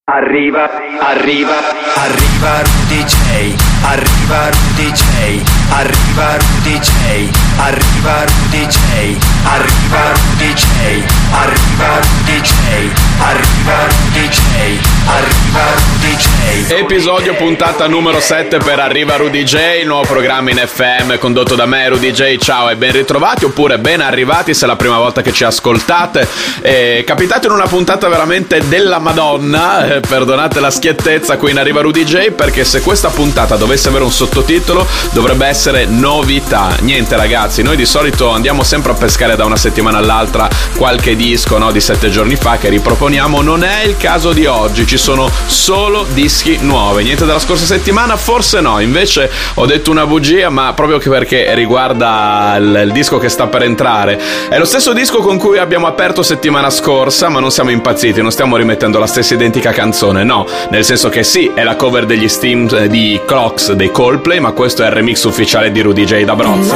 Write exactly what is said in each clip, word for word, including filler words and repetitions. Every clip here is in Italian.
Arriva, arriva, arriva Rudy J, arriva Rudy J, arriva Rudy J, arriva Rudy J, arriva Rudy J, arriva Rudy J, arriva Rudy J, arriva Rudy J. Episodio puntata numero sette per Arriva Rudy J, il nuovo programma in F M condotto da me, Rudy J. Ciao e ben ritrovati, oppure ben arrivati se è la prima volta che ci ascoltate. Eh, capitate in una puntata veramente della Madonna, eh, perdonate la schiettezza qui in Arriva Rudy J, perché se questa puntata dovesse avere un sottotitolo dovrebbe essere novità. Niente ragazzi, noi di solito andiamo sempre a pescare da una settimana all'altra qualche disco, no, di sette giorni fa che riproponiamo. Non è il caso di oggi, ci sono solo dischi nuovi. Niente della scorsa settimana? Forse no, invece ho detto una bugia, ma proprio perché riguarda il, il disco che sta per entrare. È lo stesso disco con cui abbiamo aperto settimana scorsa, ma non siamo impazziti, non stiamo rimettendo la stessa identica canzone, no, nel senso che sì, è la cover degli Steam eh, di Clocks dei Coldplay, ma questo è il remix ufficiale di Rudy J da Brozzo.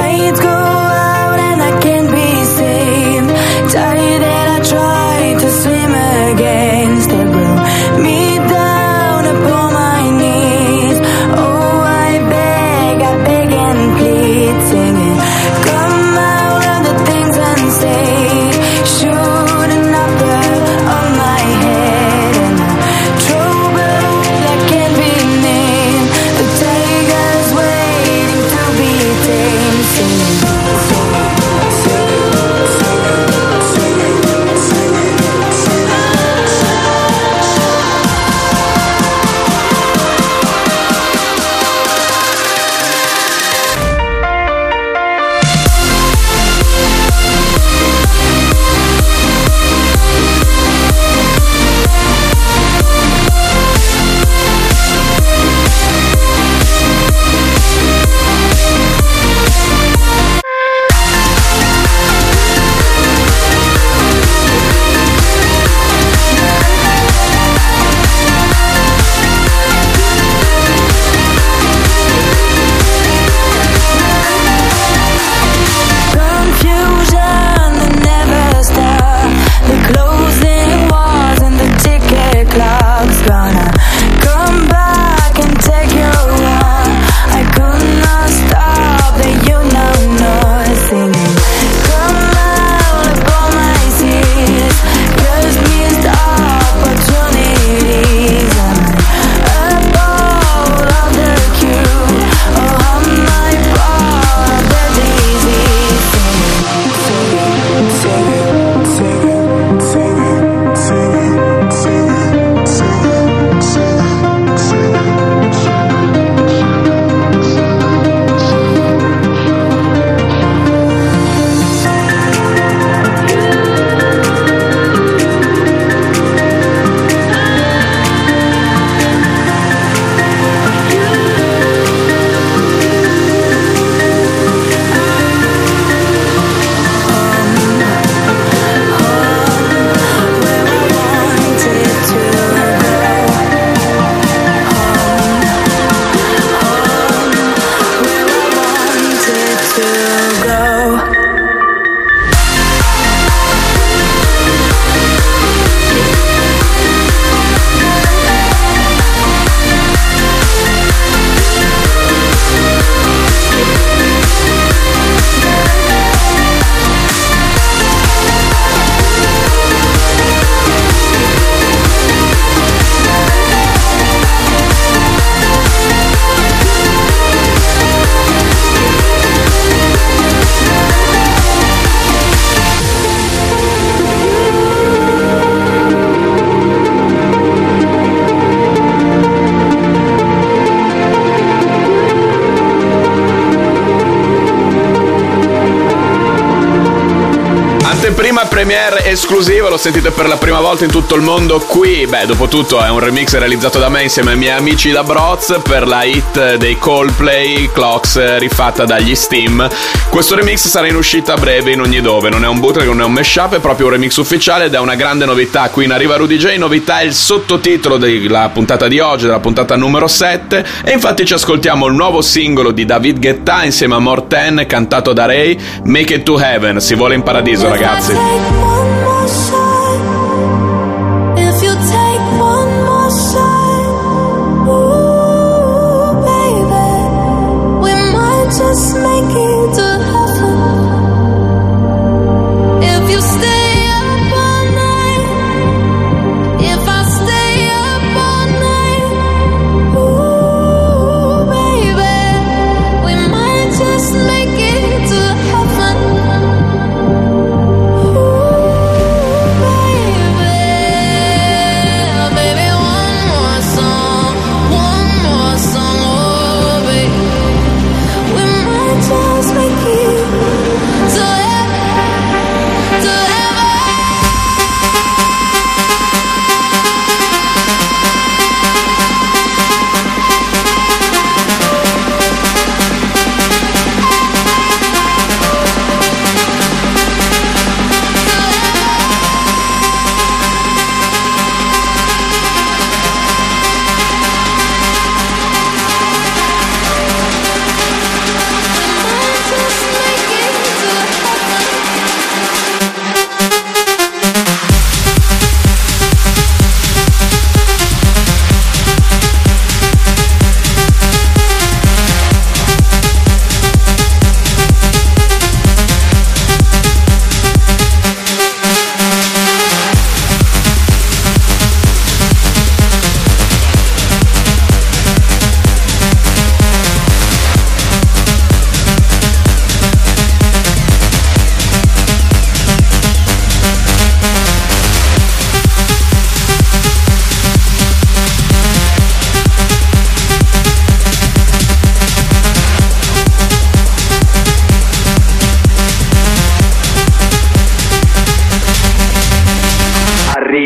Prima premiere esclusiva, lo sentite per la prima volta in tutto il mondo qui. Beh, dopo tutto è un remix realizzato da me insieme ai miei amici da Broz per la hit dei Coldplay, Clocks, rifatta dagli Steam. Questo remix sarà in uscita a breve in ogni dove, non è un bootleg, non è un mashup, è proprio un remix ufficiale ed è una grande novità qui in Arriva Rudy J. Novità è il sottotitolo della puntata di oggi, della puntata numero sette, e infatti ci ascoltiamo il nuovo singolo di David Guetta insieme a Morten, cantato da Ray, Make It to Heaven. Si vola in paradiso, ragazzi. If you take one more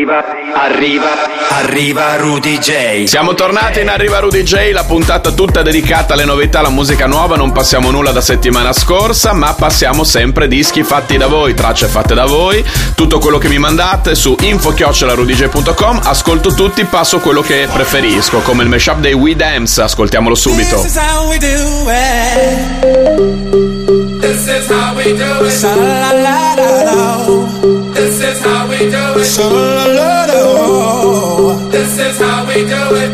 Arriva, arriva, arriva Rudy J. Siamo tornati in Arriva Rudy J, la puntata tutta dedicata alle novità, alla musica nuova. Non passiamo nulla da settimana scorsa, ma passiamo sempre dischi fatti da voi, tracce fatte da voi, tutto quello che mi mandate su info chiocciola rudy j punto com. Ascolto tutti, passo quello che preferisco, come il mashup dei We Dance. Ascoltiamolo subito. This is how we do it. This is how we do it. This is how we do it. This is how we do it.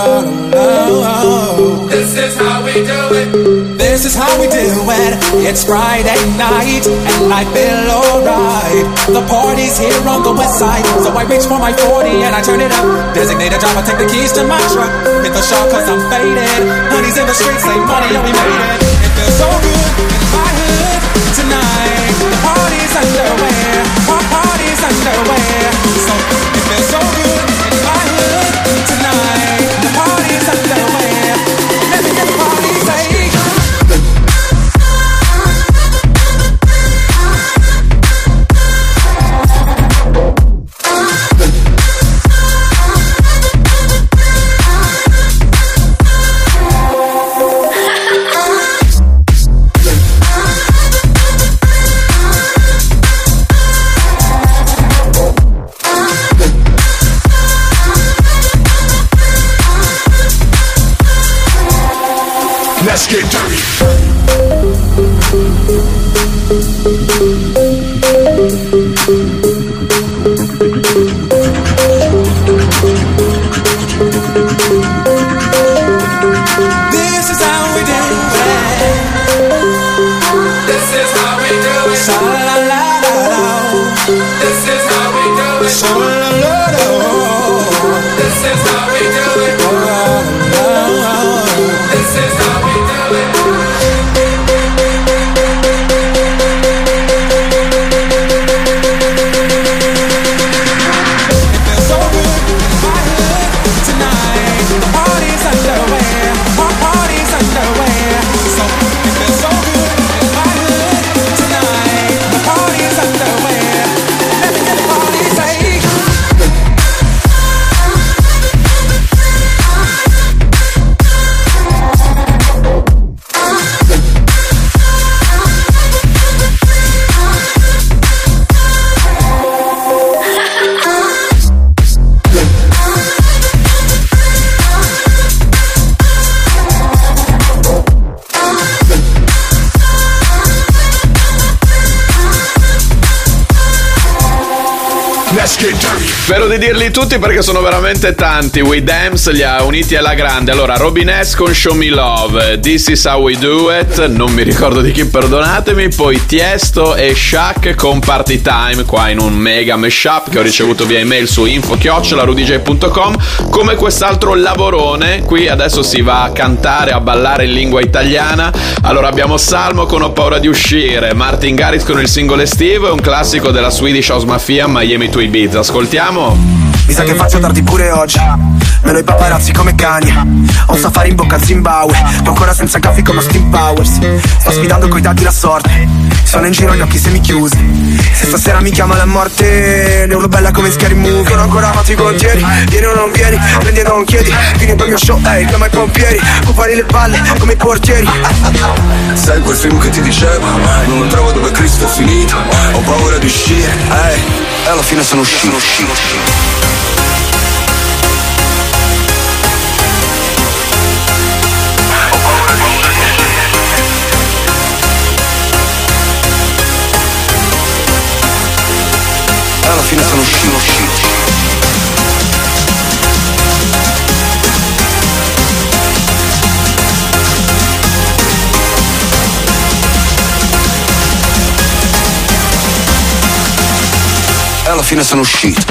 This is how we do it. This is how we do it. It's Friday night and I feel alright. The party's here on the west side, so I reach for my forty and I turn it up. Designated driver, take the keys to my truck. Hit the shop cause I'm faded. Honey's in the streets, say money, yeah, we made it. It feels so good in my hood tonight. The party's underway. Our party's underway. So it feels so good in my hood tonight. The party's underway. Let me get the party say. Let's get dirty. This is how we do it. This is how we do it. Sha la la la la. This is how we do it. Sha la la la. This is how we do it. This is how we do it. It feels so good in my hood tonight. The party's underway. Our party's underway. So it feels so good in my hood tonight. The party's underway. Let me get the party say. Let's get dirty. Spero di dirli tutti perché sono veramente tanti. We Dance li ha uniti alla grande. Allora, Robin S con Show Me Love, This Is How We Do It, non mi ricordo di chi, perdonatemi. Poi Tiesto e Shaq con Party Time, qua in un mega mashup che ho ricevuto via email su info chiocciola rudy j punto com. Come quest'altro lavorone, qui adesso si va a cantare, a ballare in lingua italiana. Allora abbiamo Salmo con Ho paura di uscire, Martin Garrix con il singolo estivo e un classico della Swedish House Mafia, Miami to Ibiza. Ascoltiamo. Mi sa che faccio tardi pure oggi. Meno i paparazzi come cani. Ho un safari in bocca al Zimbabwe. Tu ancora senza caffè come Steam Powers. Sto sfidando coi dati la sorte. Sono in giro gli occhi semichiusi. Se stasera mi chiama la morte, ne urlo bella come Scary Movie. Sono ancora amati i contieri. Vieni o non vieni, prendi e non chiedi. Vieni per il mio show, ehi, hey, come i pompieri. Occupare le palle come i portieri. Sai quel film che ti dicevo? Non lo trovo dove Cristo è finito. Ho paura di uscire, ehi, hey, e alla fine sono uscito, uscito, uscito. Alla fine sono uscito, uscito. E alla fine sono uscito.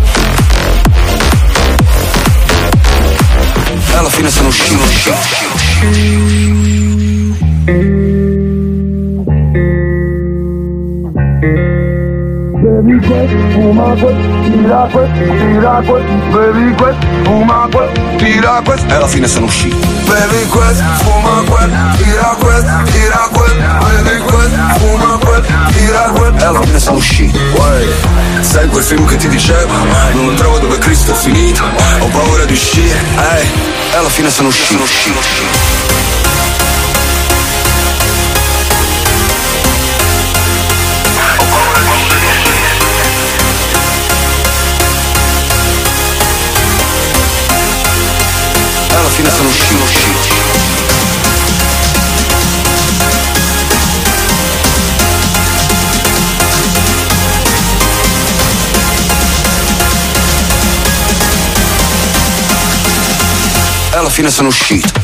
Alla fine sono uscito, uscito. Bevi questo, fuma questo, tira questo, tira questo. Bevi questo, fuma questo, tira questo. E alla fine sono uscito. Bevi questo, fuma questo, tira questo, tira questo. Bevi questo, fuma questo, tira questo. E alla fine sono uscito. Uè, sai quel film che ti dicevo? Non lo trovo dove Cristo è finito. Ho paura di uscire, ehi. E alla fine sono uscito, sono uscito, uscito. Alla fine sono uscito, uscito. E alla fine sono uscito.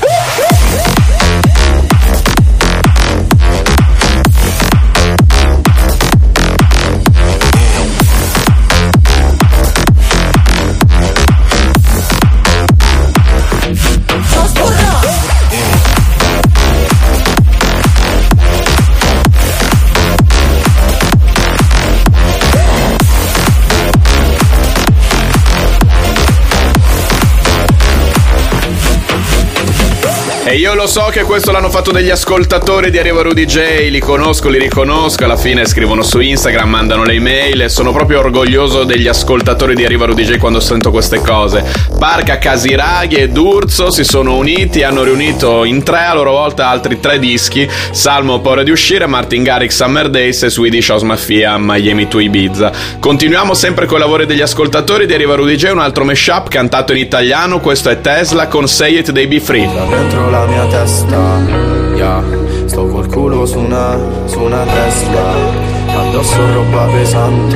E io lo so che questo l'hanno fatto degli ascoltatori di Arriva Rudy J, li conosco, li riconosco, alla fine scrivono su Instagram, mandano le email e sono proprio orgoglioso degli ascoltatori di Arriva Rudy J quando sento queste cose. Parca, Casiraghi e D'Urso si sono uniti, hanno riunito in tre a loro volta altri tre dischi: Salmo, Ho paura di uscire, Martin Garrix, Summer Days e Swedish House Mafia, Miami to Ibiza. Continuiamo sempre con i lavori degli ascoltatori di Arriva Rudy J, un altro mashup cantato in italiano, questo è Tesla con Say It They Be Free. Dentro la mia testa, yeah. Sto col culo su una, su una Tesla, addosso roba pesante.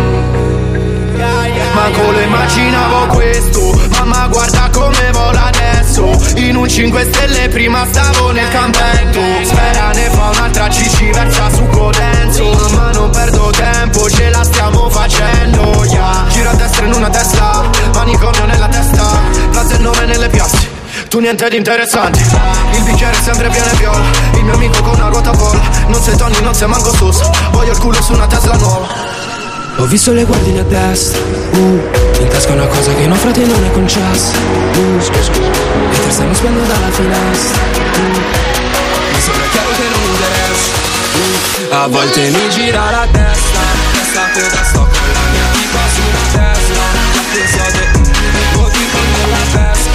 Manco lo immaginavo questo, mamma guarda come vola adesso. In un cinque stelle prima stavo nel campetto. Spera ne fa un'altra, ci ci versa succo denso. Mamma non perdo tempo, ce la stiamo facendo, yeah. Giro a destra in una Tesla, manicomio nella testa, plaza e nome nelle piazze. Tu niente di interessante, il bicchiere è sempre pieno e viola. Il mio amico con una ruota vola, non sei Tony, non sei manco Sosa. Voglio il culo su una Tesla nuova. Ho visto le guardine a destra, uh, in tasca una cosa che i naufrati non è concessa, uh, mentre stanno spendo dalla finestra, uh, mi sembra chiaro che non interessa, uh, a volte mi gira la testa, testa coda sto con la mia tipa su una Tesla, penso che voti con la pesca.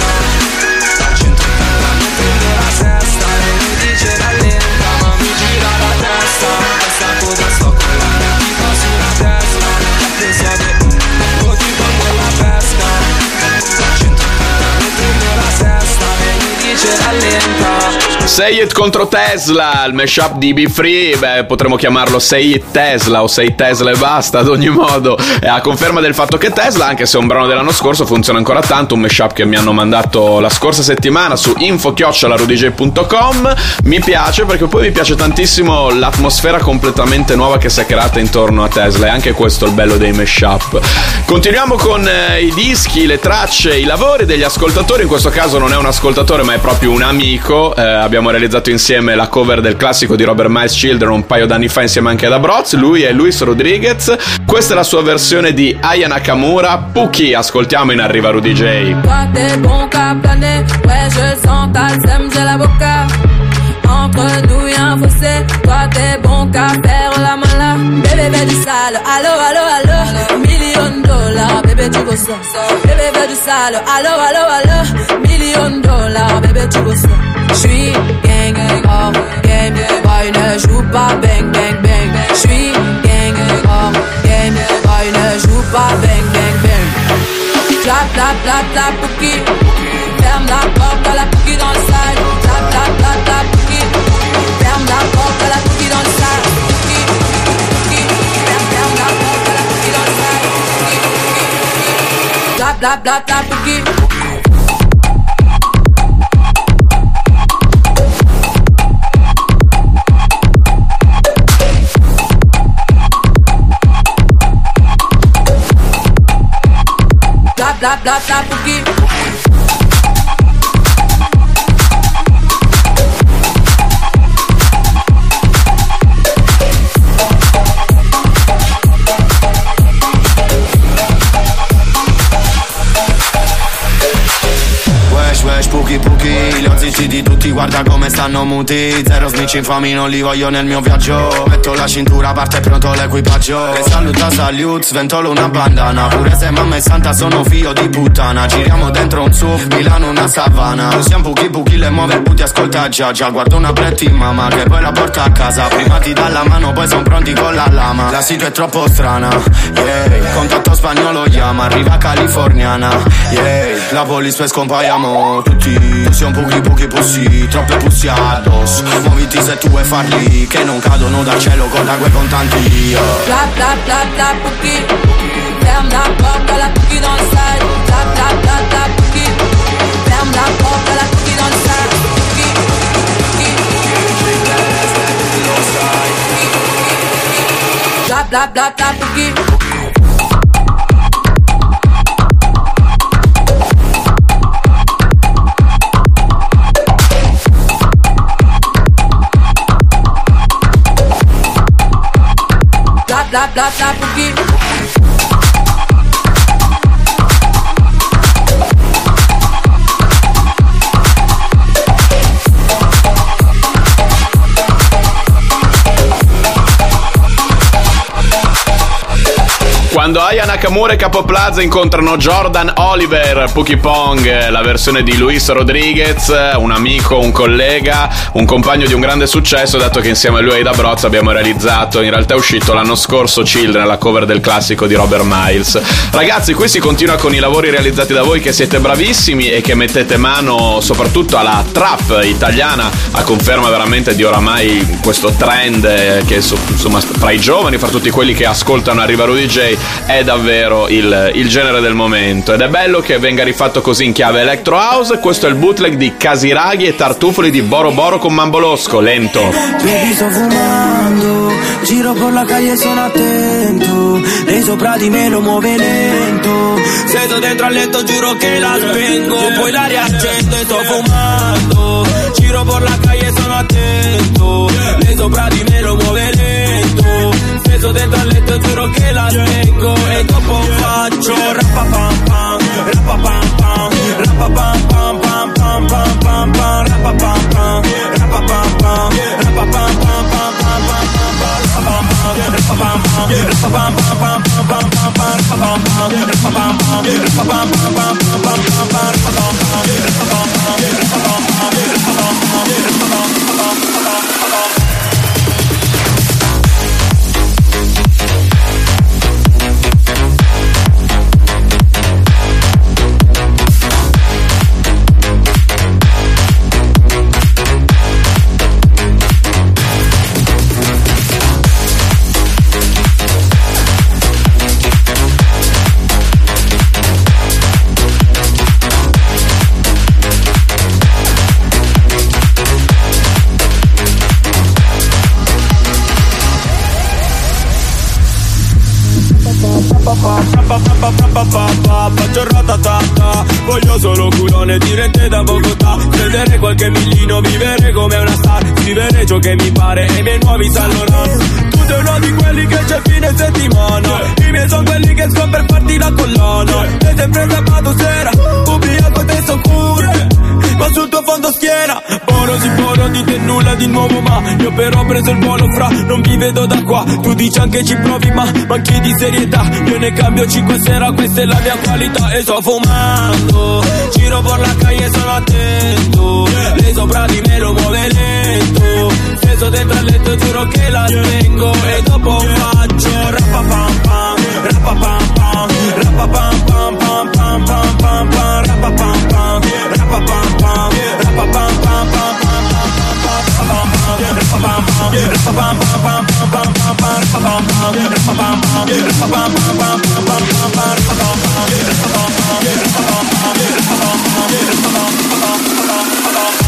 Testa e mi dice rallenta, ma mi gira la testa. Questa cosa sto con la mia tipa su una Tesla, penso che voti con quella pesca. Centro non prendo la testa e mi dice rallenta. Say It contro Tesla, il mashup di Be Free, beh, potremmo chiamarlo Say It Tesla o Say Tesla e basta, ad ogni modo, è a conferma del fatto che Tesla, anche se è un brano dell'anno scorso, funziona ancora tanto, un mashup che mi hanno mandato la scorsa settimana su info chiocciola rudy j punto com. Mi piace perché poi mi piace tantissimo l'atmosfera completamente nuova che si è creata intorno a Tesla, e anche questo è il bello dei mashup. Continuiamo con eh, i dischi, le tracce, i lavori degli ascoltatori. In questo caso non è un ascoltatore ma è proprio un amico, eh, abbiamo realizzato insieme la cover del classico di Robert Miles Children un paio d'anni fa insieme anche ad Abroz. Lui è Luis Rodriguez, questa è la sua versione di Aya Nakamura, Puki. Ascoltiamo in Arriva Rudy J. Entre nous y'a un fossé, toi t'es bon qu'à faire la mala. Bébé fais du sale, allo allo allo, million dollars, bébé tu veux ça. Bébé fais du sale, allo allo allo, million dollars, bébé tu veux ça. J'suis gang hors game, boy ne joue pas bang bang bang. J'suis gang hors game, boy ne joue pas bang bang bang. Clap clap clap clap Puki, ferme la porte à la Puki dans le sale. Clap clap clap clap Puki, ferme la porte à la Puki dans le sale. Puki, Puki, ferme ferme la porte à la Puki dans le sale. Puki, Puki, Puki, clap clap clap clap Puki. Bla bla bla Puki. stanno muti. Zero snitch infami non li voglio nel mio viaggio. Metto la cintura, parte pronto l'equipaggio. E saluta salute, sventolo una bandana. Pure se mamma è santa sono figlio di puttana. Giriamo dentro un su, Milano una savana. Siamo buchi buchi, le muove butti, ascolta già già. Guardo una pretti mamma che poi la porta a casa. Prima ti dà la mano, poi son pronti con la lama. La situa è troppo strana, yeah. Contatto spagnolo chiama, arriva californiana, yeah. La police e scompaiamo tutti. Siamo buchi buchi pussi, troppe pussi addosso. Muoviti se tu vuoi farli, che non cadono dal cielo con quei contanti, yeah. Bla bla bla bla buchi. Ferme la porte, la buchi dans le sale. Bla bla bla bla buchi. Ferme la porte, la buchi dans le sale. Buchi, buchi, buchi. Bla bla bla bla buchi. Bla bla bla bla buchi. Quando Aya Nakamura e Capo Plaza incontrano Jordan Oliver, Puki Pong, la versione di Luis Rodriguez, un amico, un collega, un compagno di un grande successo, dato che insieme a lui e Aida Broz abbiamo realizzato, in realtà è uscito l'anno scorso, Children, la cover del classico di Robert Miles. Ragazzi, qui si continua con i lavori realizzati da voi, che siete bravissimi e che mettete mano soprattutto alla trap italiana, a conferma veramente di oramai questo trend che insomma fra i giovani, fra tutti quelli che ascoltano Arriva Rudy J, è davvero il, il genere del momento, ed è bello che venga rifatto così in chiave electro house. Questo è il bootleg di Casiraghi e Tartufoli di Boro Boro con Mambolosco, lento. Baby, sto fumando, giro per la calle, sono attento, lei sopra di me lo muove lento, se sto dentro al letto giuro che la spengo, poi la riaccendo e sto fumando, giro per la calle, sono attento, lei sopra di me lo muove lento, se sto dentro al letto giuro che la spengo. E dopo faccio rapapam pam, rapapam pam, rapapam pam pam pam pam pam pam, rapapam pam, rapapam pam, rapapam pam pam pam pam pam, rapapam pam, rapapam pam pam pam pam pam, rapapam pam, rapapam pam, rapapam pam pam pam pam pam, rapapam pam, rapapam pam, rapapam pam, rapapam pam, rapapam pam. Faccio ratatata, voglio solo culone dirette da Bogotà, prendere qualche millino, vivere come una star, scrivere ciò che mi pare e i miei nuovi Saint Laurent. Tu sei uno di quelli che c'è fine settimana, i miei sono quelli che escono per farti la collana, e sempre sabato sera, ubriaco te sto pure, ma sul tuo fondo schiena, buono si buono di te nulla di nuovo, ma io però ho preso il volo fra, non vi vedo da qua, tu dici anche ci provi ma manchi di serietà, io ne cambio cinque sera, questa è la mia qualità, e sto fumando, giro per la calle sono attento, lei sopra di me lo muove lento, se sto dentro al letto giuro che la spengo, e dopo faccio rapapam pam, rapapam pam, rapapam pam pam pam pam pam pam, rapapam pam, rapapam pam, rapapam pam pam pam pam pam, rapapam pam, rapapam pam pam pam pam pam pam, rapapam pam, rapapam pam, rapapam pam pam pam pam pam pam, rapapam pam, rapapam pam, rapapam pam, rapapam pam, rapapam pam.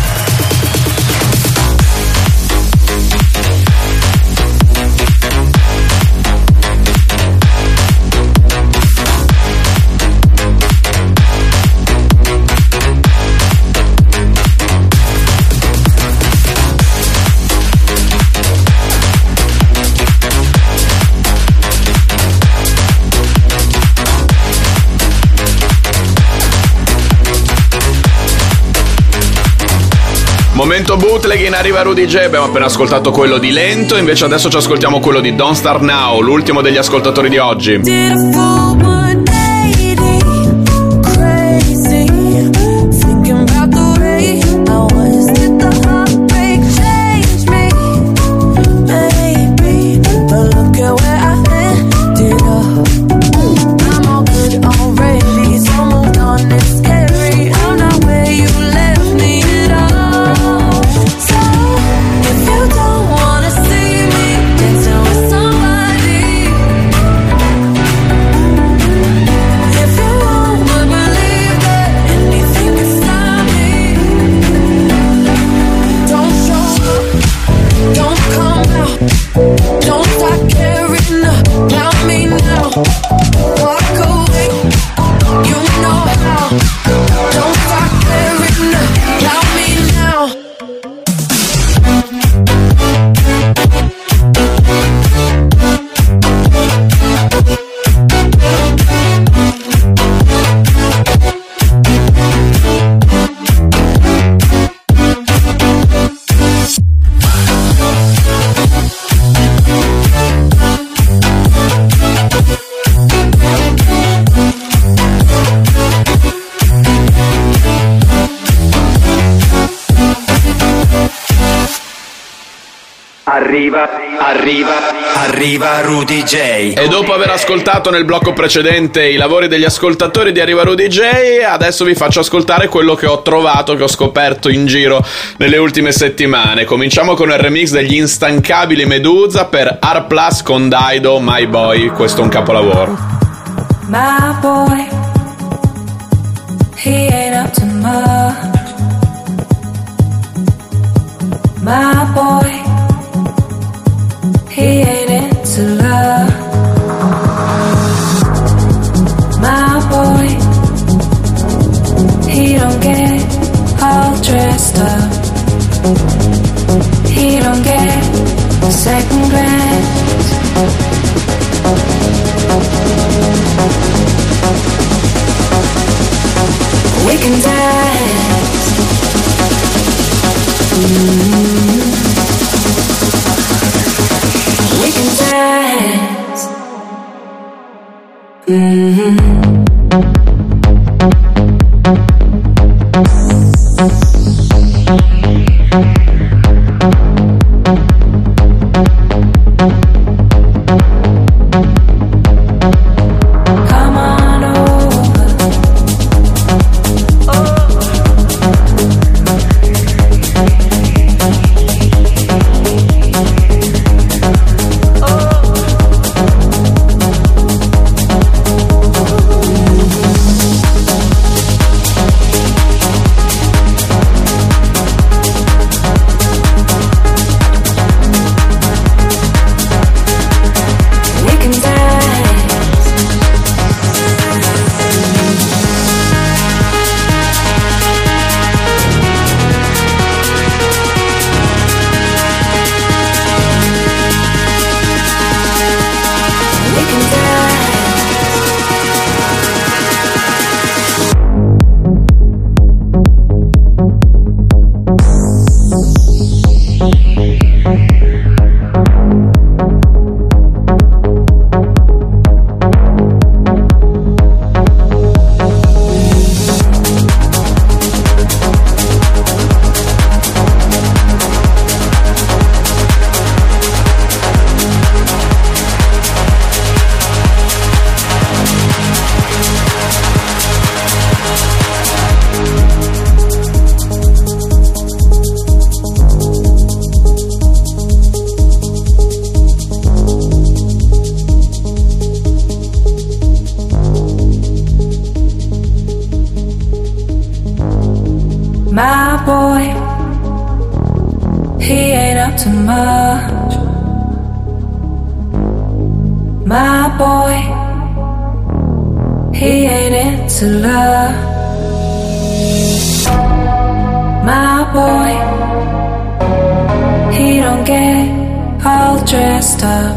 Momento bootleg in Arriva Rudy J. Abbiamo appena ascoltato quello di Lento, invece adesso ci ascoltiamo quello di Don't Start Now, l'ultimo degli ascoltatori di oggi. Arriva, arriva, arriva Rudy J. E dopo aver ascoltato nel blocco precedente i lavori degli ascoltatori di Arriva Rudy J, adesso vi faccio ascoltare quello che ho trovato, che ho scoperto in giro nelle ultime settimane. Cominciamo con il remix degli instancabili Medusa per R Plus con Dido, My Boy. Questo è un capolavoro. My boy, he ain't up to much. My boy, he ain't into love. My boy, he don't get all dressed up. He don't get a second glance. We can dance. Mm-hmm. We can dance. Mm-hmm. My boy, he ain't up to much. My boy, he ain't into love. My boy, he don't get all dressed up.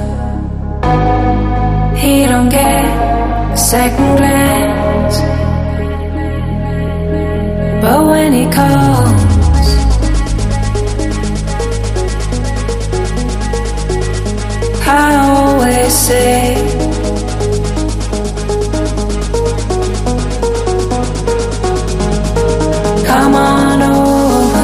He don't get a second glance. But when he calls, I always say. Come on over,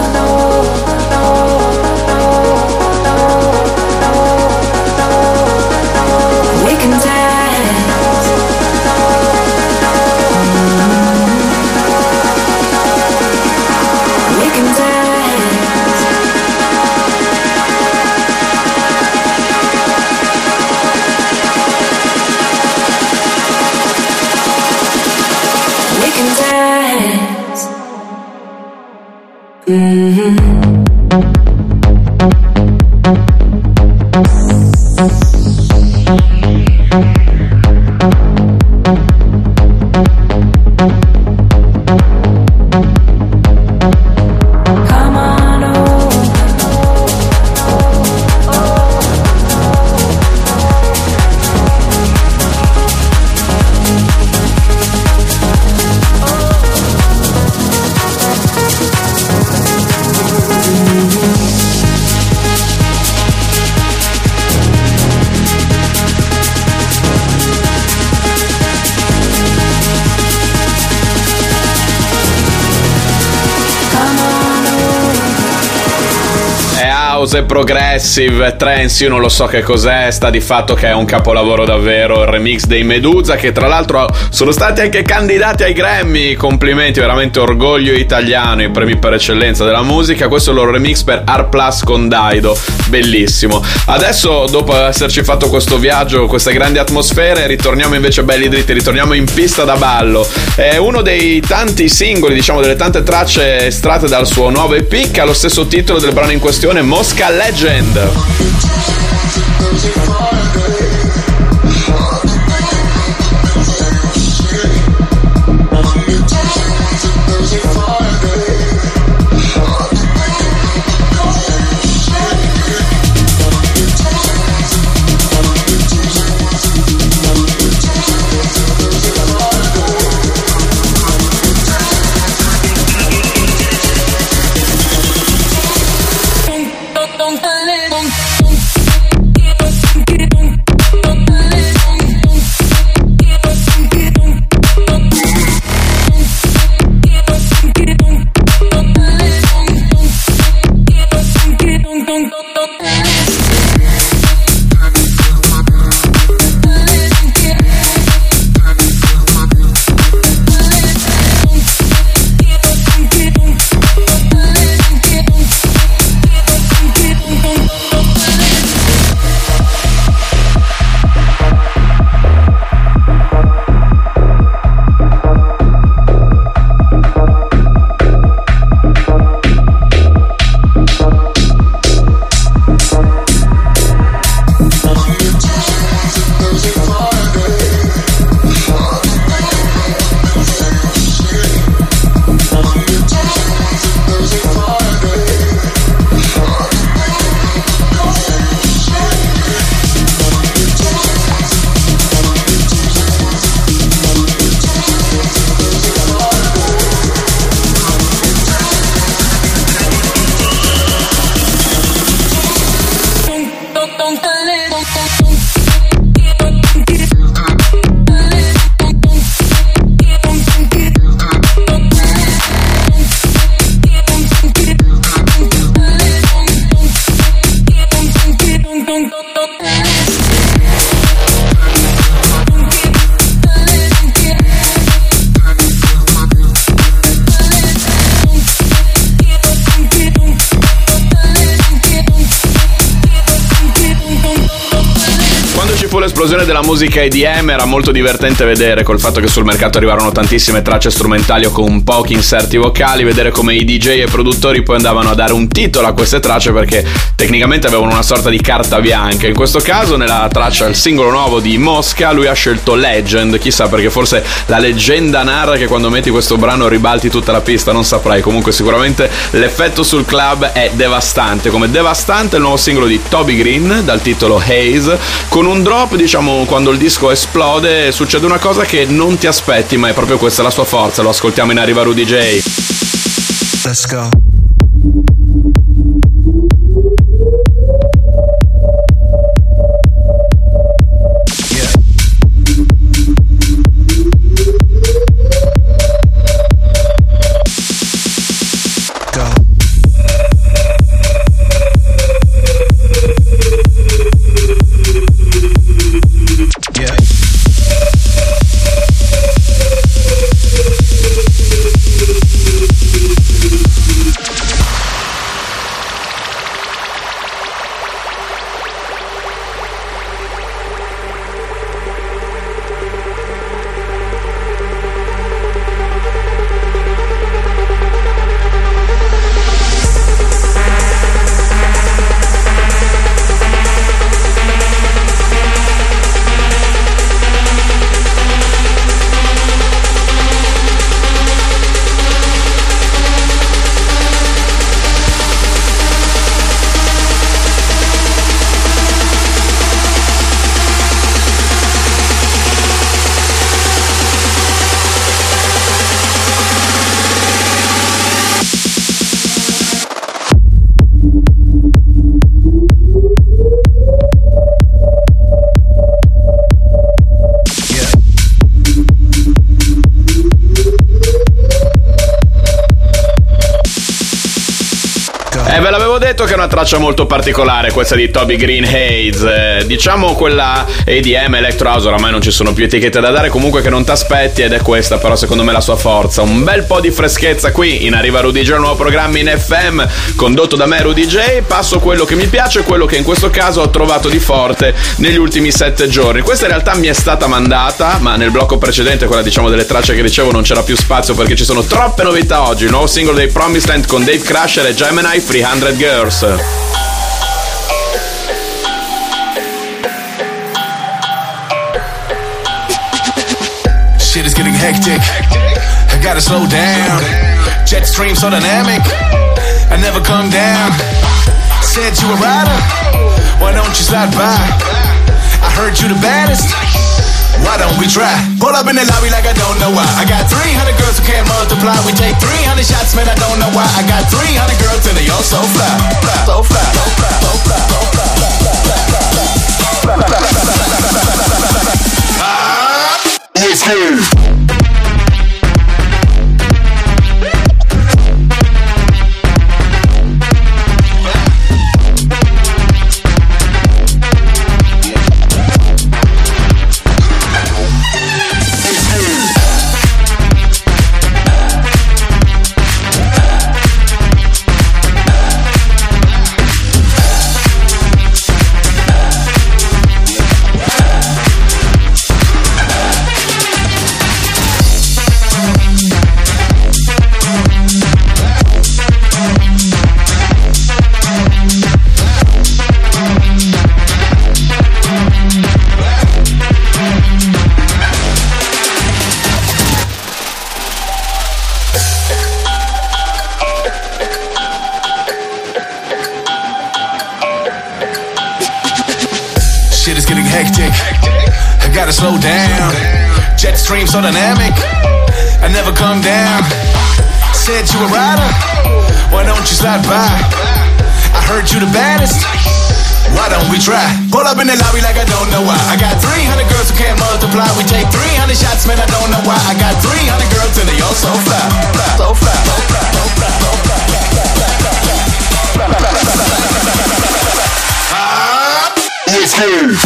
we can dance. We can dance. We can dance. Mm-hmm. E progressive trance, io non lo so che cos'è, sta di fatto che è un capolavoro davvero, il remix dei Medusa, che tra l'altro sono stati anche candidati ai Grammy. Complimenti, veramente orgoglio italiano, i premi per eccellenza della musica. Questo è il loro remix per Art Plus con Daido, bellissimo. Adesso, dopo esserci fatto questo viaggio, queste grandi atmosfere, ritorniamo invece belli dritti, ritorniamo in pista da ballo. È uno dei tanti singoli, diciamo delle tante tracce estratte dal suo nuovo E P che ha lo stesso titolo del brano in questione, Mosca Legend. L'esplosione della musica E D M era molto divertente vedere, col fatto che sul mercato arrivarono tantissime tracce strumentali o con pochi inserti vocali, vedere come i D J e i produttori poi andavano a dare un titolo a queste tracce perché tecnicamente avevano una sorta di carta bianca. In questo caso, nella traccia, il singolo nuovo di Mosca, lui ha scelto Legend, chissà perché, forse la leggenda narra che quando metti questo brano ribalti tutta la pista, non saprai. Comunque sicuramente l'effetto sul club è devastante, come devastante il nuovo singolo di Toby Green dal titolo Haze, con un drop, diciamo, quando il disco esplode succede una cosa che non ti aspetti, ma è proprio questa la sua forza. Lo ascoltiamo in Arriva Rudy J. Let's go. avevo detto che è una traccia molto particolare questa di Toby Green Hayes, eh, diciamo quella E D M, Electro House, oramai non ci sono più etichette da dare, comunque che non t'aspetti, ed è questa però secondo me la sua forza. Un bel po' di freschezza qui in Arriva Rudy J, il nuovo programma in F M condotto da me Rudy J. Passo quello che mi piace, quello che in questo caso ho trovato di forte negli ultimi sette giorni. Questa in realtà mi è stata mandata, ma nel blocco precedente, quella diciamo delle tracce che ricevo, non c'era più spazio perché ci sono troppe novità oggi. Il nuovo singolo dei Promised Land con Dave Crusher e Gemini, trecento Girls. Shit is getting hectic, I gotta slow down. Jet stream so dynamic, I never come down. Said you a rider, why don't you slide by? I heard you the baddest, why don't we try? Pull up in the lobby like I don't know why. I got three hundred girls who can't multiply. We take three hundred shots, man, I don't know why. I got three hundred girls and they all so fly. Fly, so fly, so fly, so fly, so fly, so fly. Ah, it's here. Gotta slow down. Jet stream so dynamic, I never come down. Said you a rider, why don't you slide by? I heard you the baddest, why don't we try? Pull up in the lobby like I don't know why. I got three hundred girls who can't multiply. We take three hundred shots, man, I don't know why. I got three hundred girls and they all so fly. Fly, so fly, so fly, so fly, so fly. Ah, it's here.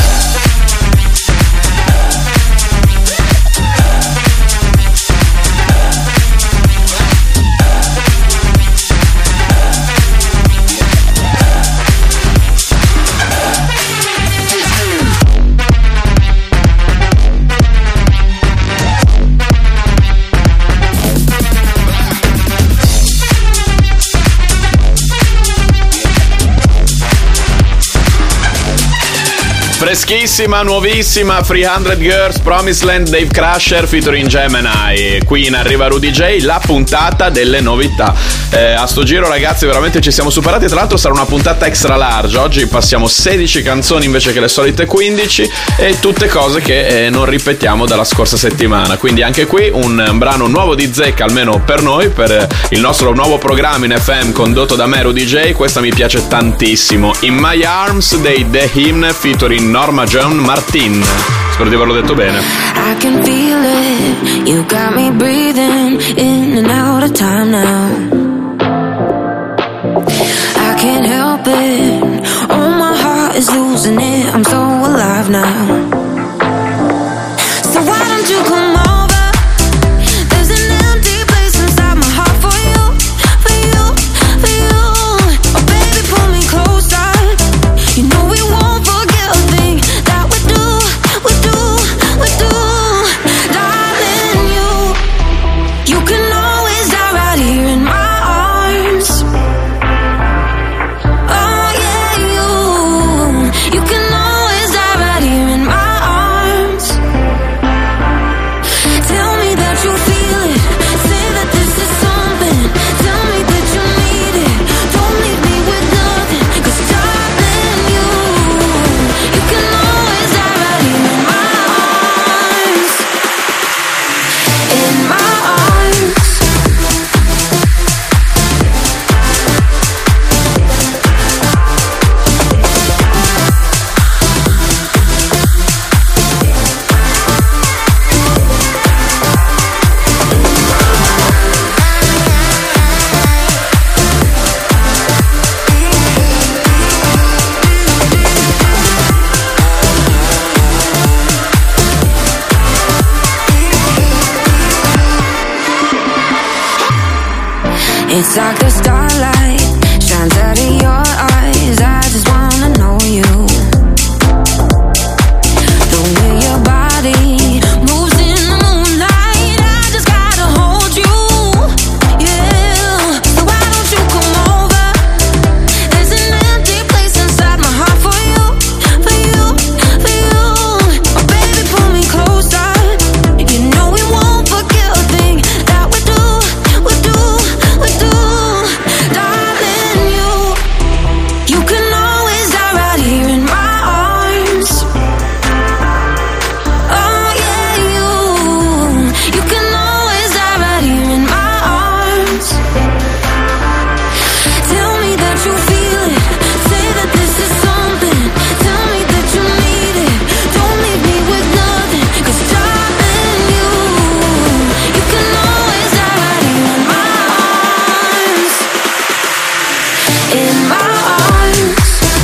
Freschissima, nuovissima, trecento Girls, Promised Land, Dave Crusher featuring Gemini. Qui in Arriva Rudy J, la puntata delle novità. Eh, a sto giro ragazzi veramente ci siamo superati. Tra l'altro sarà una puntata extra large. Oggi passiamo sedici canzoni invece che le solite quindici, e tutte cose che eh, non ripetiamo dalla scorsa settimana. Quindi anche qui un brano nuovo di zecca, almeno per noi, per il nostro nuovo programma in F M condotto da me Rudy J. Questa mi piace tantissimo, In My Arms dei The Hymn featuring Norma Jean Martin. Spero di averlo detto bene. I can feel it, you got me breathing in and out of time now. I can't help it, oh my heart is losing it, I'm so alive now. So why don't you come over, there's an empty place inside my heart for you, for you, for you. Oh baby pull me closer, you know we won't forget a thing that we do, we do, we do. Darling, you, you can always die right here in my arms. Oh yeah, you, you can always die right here in my It's like the starlight shines out of your eyes. I just wanna know you. The way your body moves in the moonlight, I just gotta hold you. Yeah, so why don't you come over? There's an empty place inside my heart for you, for you, for you. Oh baby, pull me closer. You know we won't forget a thing that we do, we do, we do. Darling, you, you can always die right here in my arms. Oh yeah, you, you can always die right here in my arms. Tell me that you feel it, say that this is something. Tell me that you need it, don't leave me with nothing. 'Cause darling, you, you can always die right here in my arms. In my arms.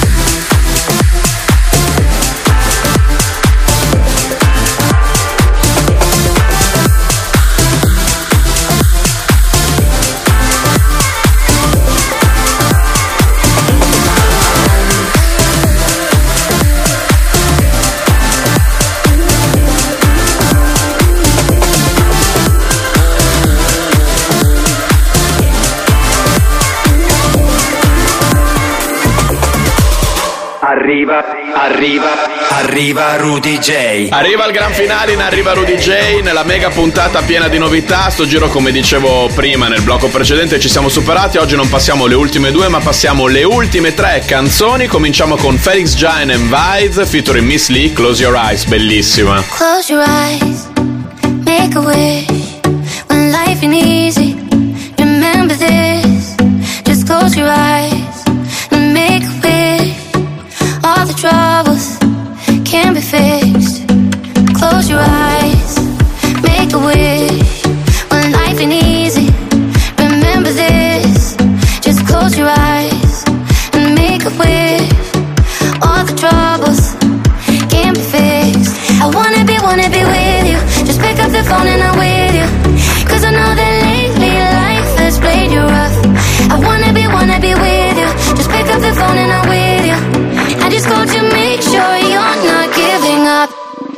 Arriva, arriva, arriva Rudy J. Arriva il gran finale in Arriva Rudy J, nella mega puntata piena di novità. Sto giro, come dicevo prima nel blocco precedente, ci siamo superati. Oggi non passiamo le ultime due, ma passiamo le ultime tre canzoni. Cominciamo con Felix Jaehn and Vibes featuring Miss Li, Close Your Eyes, bellissima. Close your eyes, make a wish. When life ain't easy, remember this. Just close your eyes and make a wish. All the troubles can be fixed. Close your eyes, make a wish. When life ain't easy, remember this. Just close your eyes and make a wish. All the troubles can be fixed. I wanna be, wanna be with you. Just pick up the phone and I'm with you. 'Cause I know that lately life has played you rough. I wanna be, wanna be with you. Just pick up the phone and I'm with you. I just called to make sure you're not giving up.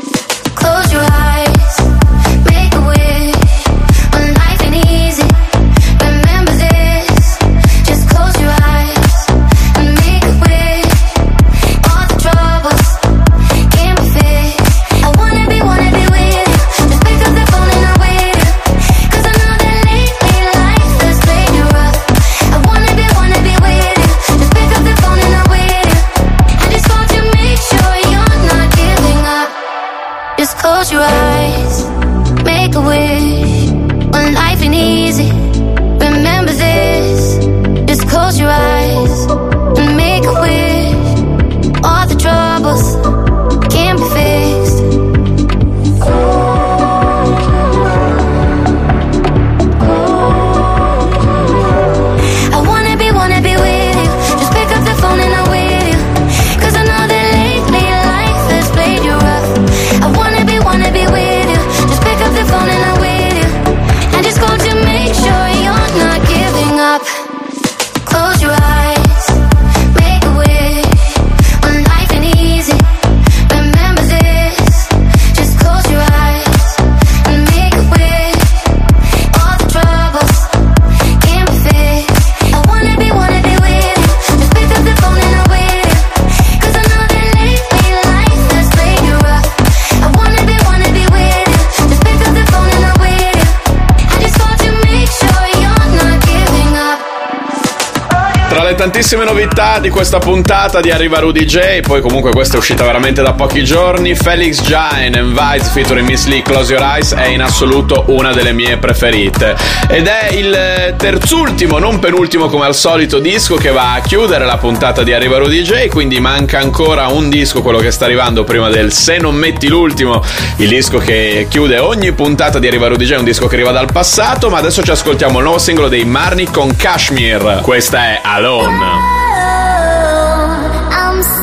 Close your eyes, make a wish. When life ain't easy, remember this. Just close your eyes and make a wish. All the troubles can be fixed. I wanna be, wanna be with you. Just pick up the phone and I'm with you. 'Cause I know that lately life has played you rough. I wanna be, wanna be with you. Just pick up the phone and I'm with you. I just called to make sure you're not giving up. Just close your eyes, make a wish. When life ain't easy, remember this. Just close your eyes and make a wish. All the troubles can be fixed. I wanna be, wanna be with you. Just pick up the phone and I'm with you. 'Cause I know that lately life has played you rough. I wanna be, wanna be with you. Just pick up the phone and I'm with you. I just called to make sure you're not giving up. Close your eyes, make a wish. When life ain't easy, remember this. Just close your eyes and make a wish. All the troubles can be fixed. I wanna be, wanna be with you. Just pick up the phone and I'm with you. 'Cause I know that lately life has played you rough. I wanna be, wanna be with you. Just pick up the phone and I'm with you. I just called to make sure you're not giving up. Tra le tantissime novità di questa puntata di Arriva Rudy J, poi comunque questa è uscita veramente da pochi giorni, Felix Jaehn and Vibes featuring Miss Li, Close Your Eyes, è in assoluto una delle mie preferite. Ed è il terzultimo, non penultimo come al solito, disco che va a chiudere la puntata di Arriva Rudy J, quindi manca ancora un disco, quello che sta arrivando prima del Se non metti l'ultimo, il disco che chiude ogni puntata di Arriva Rudy J, un disco che arriva dal passato, ma adesso ci ascoltiamo il nuovo singolo dei Marni con Kashmir. Questa è Alone. I'm so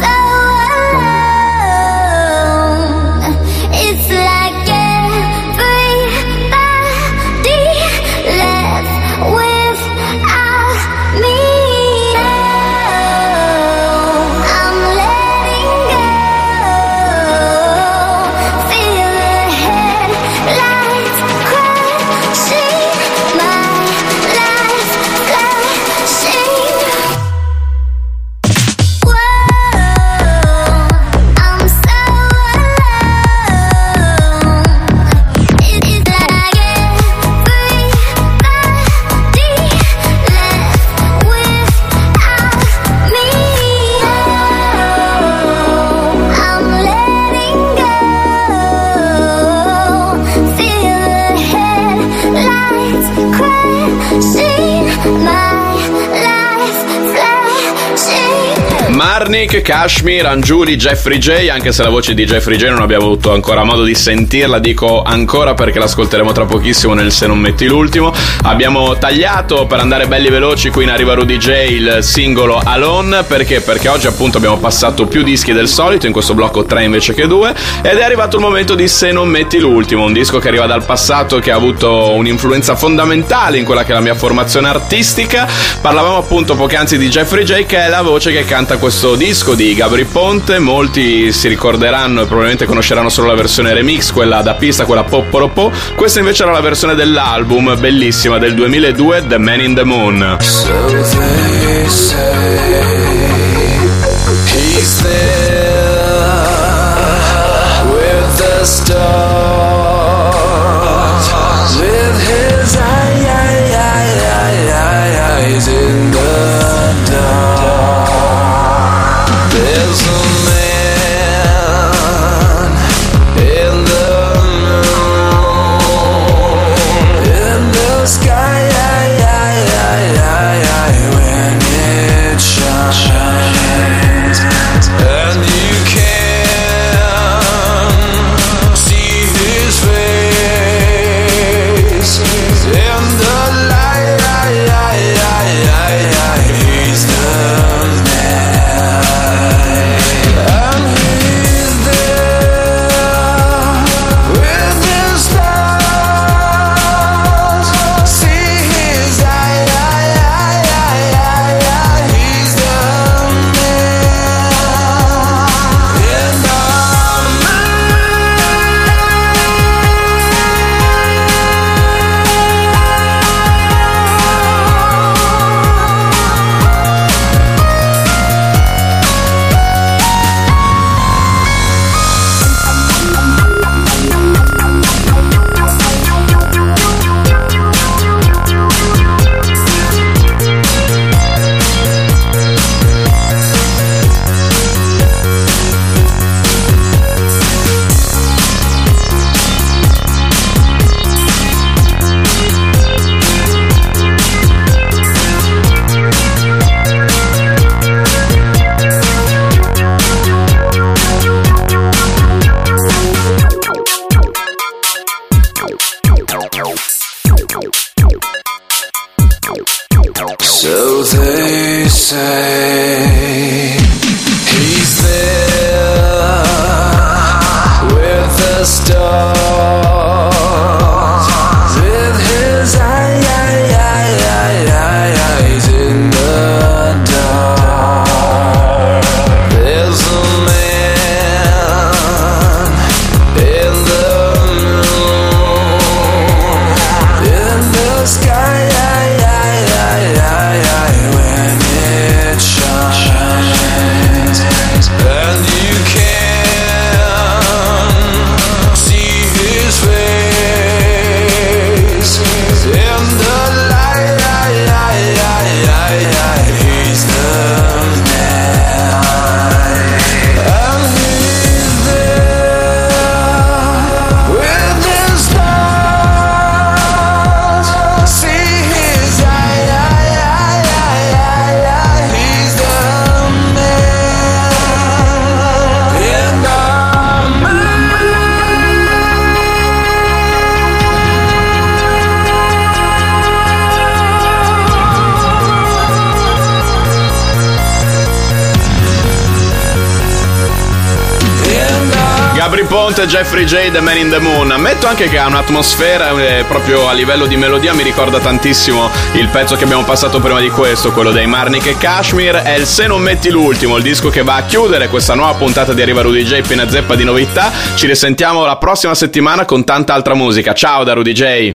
alone. It's like everybody left without Marnik, Kashmir, Angiuli, Jeffrey J. Anche se la voce di Jeffrey J non abbiamo avuto ancora modo di sentirla, dico ancora perché l'ascolteremo tra pochissimo nel Se non metti l'ultimo. Abbiamo tagliato per andare belli veloci, qui in arriva Rudy J, il singolo Alone. Perché? Perché oggi appunto abbiamo passato più dischi del solito, in questo blocco tre invece che due, ed è arrivato il momento di Se non metti l'ultimo, un disco che arriva dal passato, che ha avuto un'influenza fondamentale in quella che è la mia formazione artistica. Parlavamo appunto poc'anzi di Jeffrey J, che è la voce che canta questo disco di Gabry Ponte. Molti si ricorderanno e probabilmente conosceranno solo la versione remix, quella da pista, quella Poporopo. Questa invece era la versione dell'album, bellissima, del duemiladue, The Man in the Moon. So they say he's there with the stars, with his eye, eye, eye, eye, eye, eyes in the dark. There's a man in the moon, in the sky, eye, eye, eye, eye, eye, when it shines, and you can see his face in the light, eye, eye, eye, eye, eye, he's the man, and he's there with his stars, see his eye, eye, eye, eye, eye, eye, he's the man in the So they say he's there with the stars, with his eye, eye, eye, eye, eye, eyes in the dark. There's a man in the moon, in the sky, eye, eye, eye, eye, eye, when it shines, and you can see his face in the light, eye, eye, eye, eye, eye, he's the man, and he's there with his stars, see his eye, eye, eye, eye, eye, eye, he's the man in the Gabry Ponte, Jeffrey J, The Man in the Moon. Ammetto anche che ha un'atmosfera, eh, proprio a livello di melodia mi ricorda tantissimo il pezzo che abbiamo passato prima di questo, quello dei Marnik e Kashmir. È il Se non metti l'ultimo, il disco che va a chiudere questa nuova puntata di Arriva Rudy J, piena zeppa di novità. Ci risentiamo la prossima settimana con tanta altra musica. Ciao da Rudy J.